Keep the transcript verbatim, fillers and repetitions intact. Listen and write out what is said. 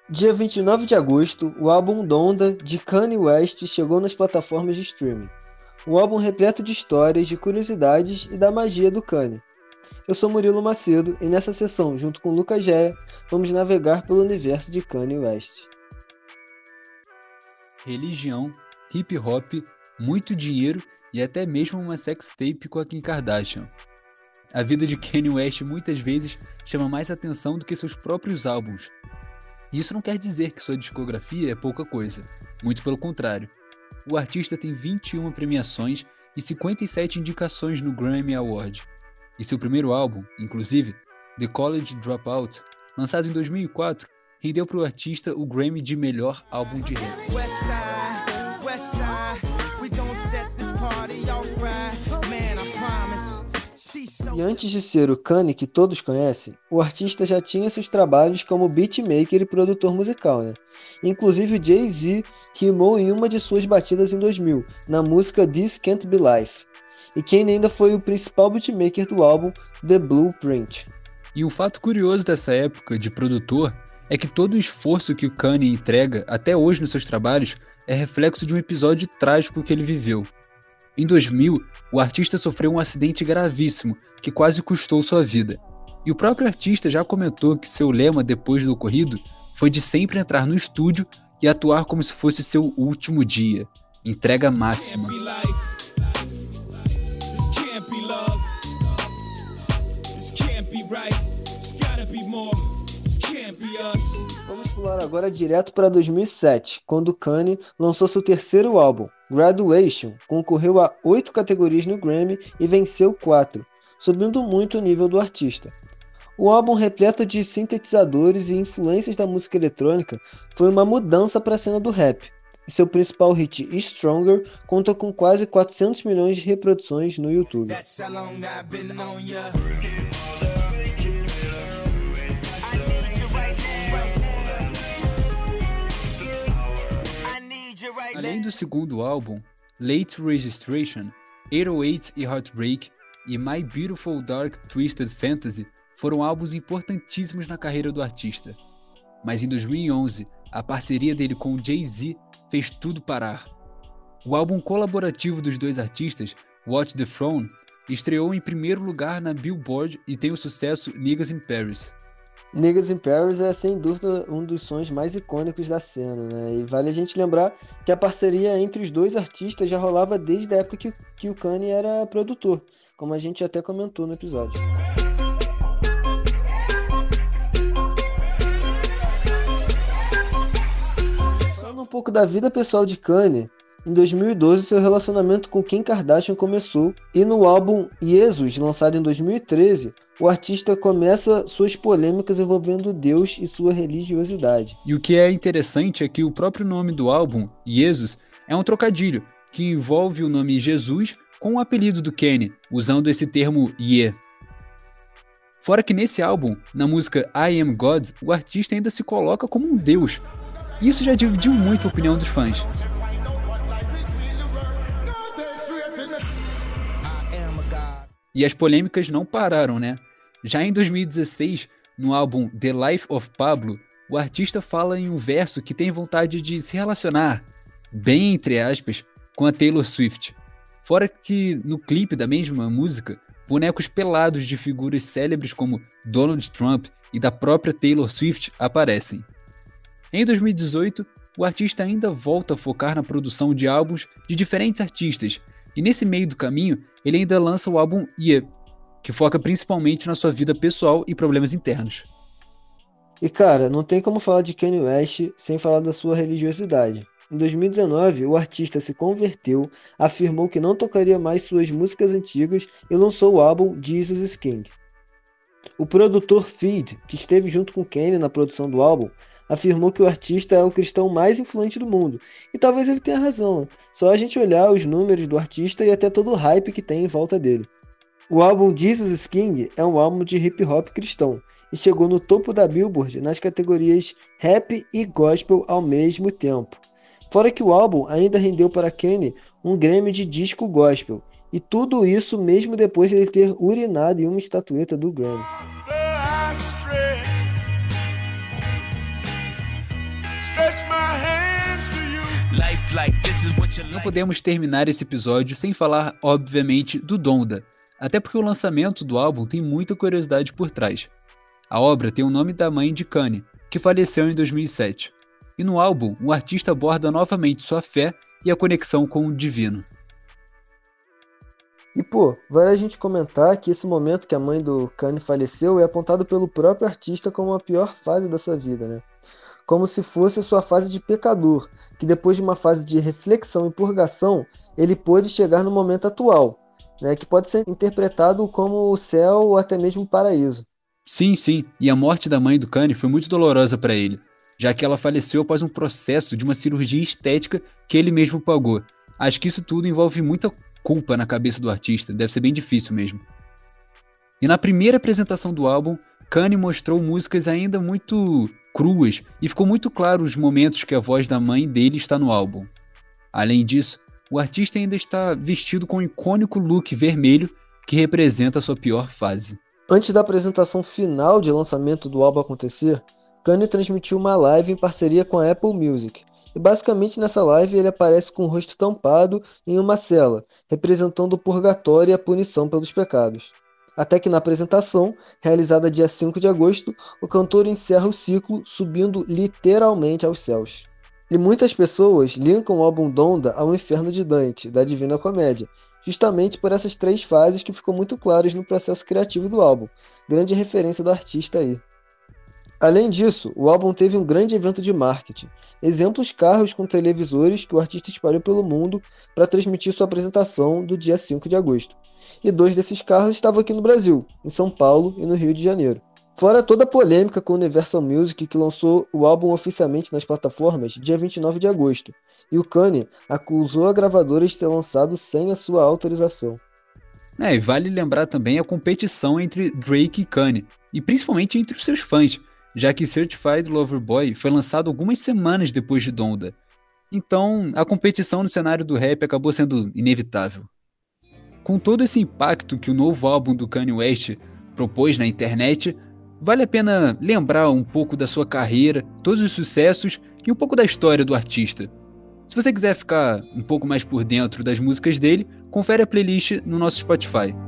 Dia vinte e nove de agosto, o álbum Donda, de Kanye West, chegou nas plataformas de streaming. O álbum repleto de histórias, de curiosidades e da magia do Kanye. Eu sou Murilo Macedo e nessa sessão, junto com Lucas Gea, vamos navegar pelo universo de Kanye West. Religião, hip hop, muito dinheiro e até mesmo uma sextape com a Kim Kardashian. A vida de Kanye West muitas vezes chama mais atenção do que seus próprios álbuns. E isso não quer dizer que sua discografia é pouca coisa, muito pelo contrário. O artista tem vinte e uma premiações e cinquenta e sete indicações no Grammy Award. E seu primeiro álbum, inclusive, The College Dropout, lançado em dois mil e quatro, rendeu para o artista o Grammy de melhor álbum de rap. E antes de ser o Kanye que todos conhecem, o artista já tinha seus trabalhos como beatmaker e produtor musical, né? Inclusive Jay-Z rimou em uma de suas batidas em dois mil, na música This Can't Be Life. E Kanye ainda foi o principal beatmaker do álbum The Blueprint. E um fato curioso dessa época de produtor é que todo o esforço que o Kanye entrega até hoje nos seus trabalhos é reflexo de um episódio trágico que ele viveu. Em dois mil, o artista sofreu um acidente gravíssimo que quase custou sua vida. E o próprio artista já comentou que seu lema depois do ocorrido foi de sempre entrar no estúdio e atuar como se fosse seu último dia. Entrega máxima. Vamos pular agora direto para dois mil e sete, quando Kanye lançou seu terceiro álbum, Graduation, concorreu a oito categorias no Grammy e venceu quatro, subindo muito o nível do artista. O álbum, repleto de sintetizadores e influências da música eletrônica, foi uma mudança para a cena do rap, e seu principal hit, Stronger, conta com quase quatrocentos milhões de reproduções no YouTube. Além do segundo álbum, Late Registration, oito oh oito e Heartbreak e My Beautiful Dark Twisted Fantasy foram álbuns importantíssimos na carreira do artista. Mas em dois mil e onze, a parceria dele com Jay-Z fez tudo parar. O álbum colaborativo dos dois artistas, Watch the Throne, estreou em primeiro lugar na Billboard e tem o sucesso Niggas in Paris. Niggas in Paris é sem dúvida um dos sons mais icônicos da cena, né? E vale a gente lembrar que a parceria entre os dois artistas já rolava desde a época que, que o Kanye era produtor, como a gente até comentou no episódio. Falando um pouco da vida pessoal de Kanye, em dois mil e doze seu relacionamento com Kim Kardashian começou, e no álbum Jesus, lançado em dois mil e treze, o artista começa suas polêmicas envolvendo Deus e sua religiosidade. E o que é interessante é que o próprio nome do álbum, Jesus, é um trocadilho, que envolve o nome Jesus com o apelido do Kanye, usando esse termo Ye. Fora que nesse álbum, na música I Am God, o artista ainda se coloca como um deus. E isso já dividiu muito a opinião dos fãs. E as polêmicas não pararam, né? Já em dois mil e dezesseis, no álbum The Life of Pablo, o artista fala em um verso que tem vontade de se relacionar, bem entre aspas, com a Taylor Swift. Fora que, no clipe da mesma música, bonecos pelados de figuras célebres como Donald Trump e da própria Taylor Swift aparecem. Em dois mil e dezoito, o artista ainda volta a focar na produção de álbuns de diferentes artistas, e nesse meio do caminho, ele ainda lança o álbum Ye, que foca principalmente na sua vida pessoal e problemas internos. E cara, não tem como falar de Kanye West sem falar da sua religiosidade. Em dois mil e dezenove, o artista se converteu, afirmou que não tocaria mais suas músicas antigas e lançou o álbum Jesus is King. O produtor Feed, que esteve junto com Kanye na produção do álbum, afirmou que o artista é o cristão mais influente do mundo, e talvez ele tenha razão, né? Só a gente olhar os números do artista e até todo o hype que tem em volta dele. O álbum Jesus is King é um álbum de hip hop cristão, e chegou no topo da Billboard nas categorias rap e gospel ao mesmo tempo. Fora que o álbum ainda rendeu para Kanye um Grammy de disco gospel, e tudo isso mesmo depois de ele ter urinado em uma estatueta do Grammy. Não podemos terminar esse episódio sem falar, obviamente, do Donda, até porque o lançamento do álbum tem muita curiosidade por trás. A obra tem o nome da mãe de Kanye, que faleceu em dois mil e sete. E no álbum, o artista aborda novamente sua fé e a conexão com o divino. E pô, vale a gente comentar que esse momento que a mãe do Kanye faleceu é apontado pelo próprio artista como a pior fase da sua vida, né? Como se fosse a sua fase de pecador, que depois de uma fase de reflexão e purgação, ele pôde chegar no momento atual, né? Que pode ser interpretado como o céu ou até mesmo o paraíso. Sim, sim, e a morte da mãe do Kanye foi muito dolorosa para ele, já que ela faleceu após um processo de uma cirurgia estética que ele mesmo pagou. Acho que isso tudo envolve muita culpa na cabeça do artista, deve ser bem difícil mesmo. E na primeira apresentação do álbum, Kanye mostrou músicas ainda muito cruas e ficou muito claro os momentos que a voz da mãe dele está no álbum. Além disso, o artista ainda está vestido com o icônico look vermelho que representa a sua pior fase. Antes da apresentação final de lançamento do álbum acontecer, Kanye transmitiu uma live em parceria com a Apple Music. E basicamente nessa live ele aparece com o rosto tampado em uma cela, representando o purgatório e a punição pelos pecados. Até que na apresentação, realizada dia cinco de agosto, o cantor encerra o ciclo subindo literalmente aos céus. E muitas pessoas linkam o álbum Donda ao Inferno de Dante, da Divina Comédia, justamente por essas três fases que ficam muito claras no processo criativo do álbum, grande referência do artista aí. Além disso, o álbum teve um grande evento de marketing, exemplos carros com televisores que o artista espalhou pelo mundo para transmitir sua apresentação do dia cinco de agosto. E dois desses carros estavam aqui no Brasil, em São Paulo e no Rio de Janeiro. Fora toda a polêmica com o Universal Music, que lançou o álbum oficialmente nas plataformas dia vinte e nove de agosto, e o Kanye acusou a gravadora de ter lançado sem a sua autorização. É, e vale lembrar também a competição entre Drake e Kanye, e principalmente entre os seus fãs, já que Certified Lover Boy foi lançado algumas semanas depois de Donda. Então, a competição no cenário do rap acabou sendo inevitável. Com todo esse impacto que o novo álbum do Kanye West propôs na internet, vale a pena lembrar um pouco da sua carreira, todos os sucessos e um pouco da história do artista. Se você quiser ficar um pouco mais por dentro das músicas dele, confere a playlist no nosso Spotify.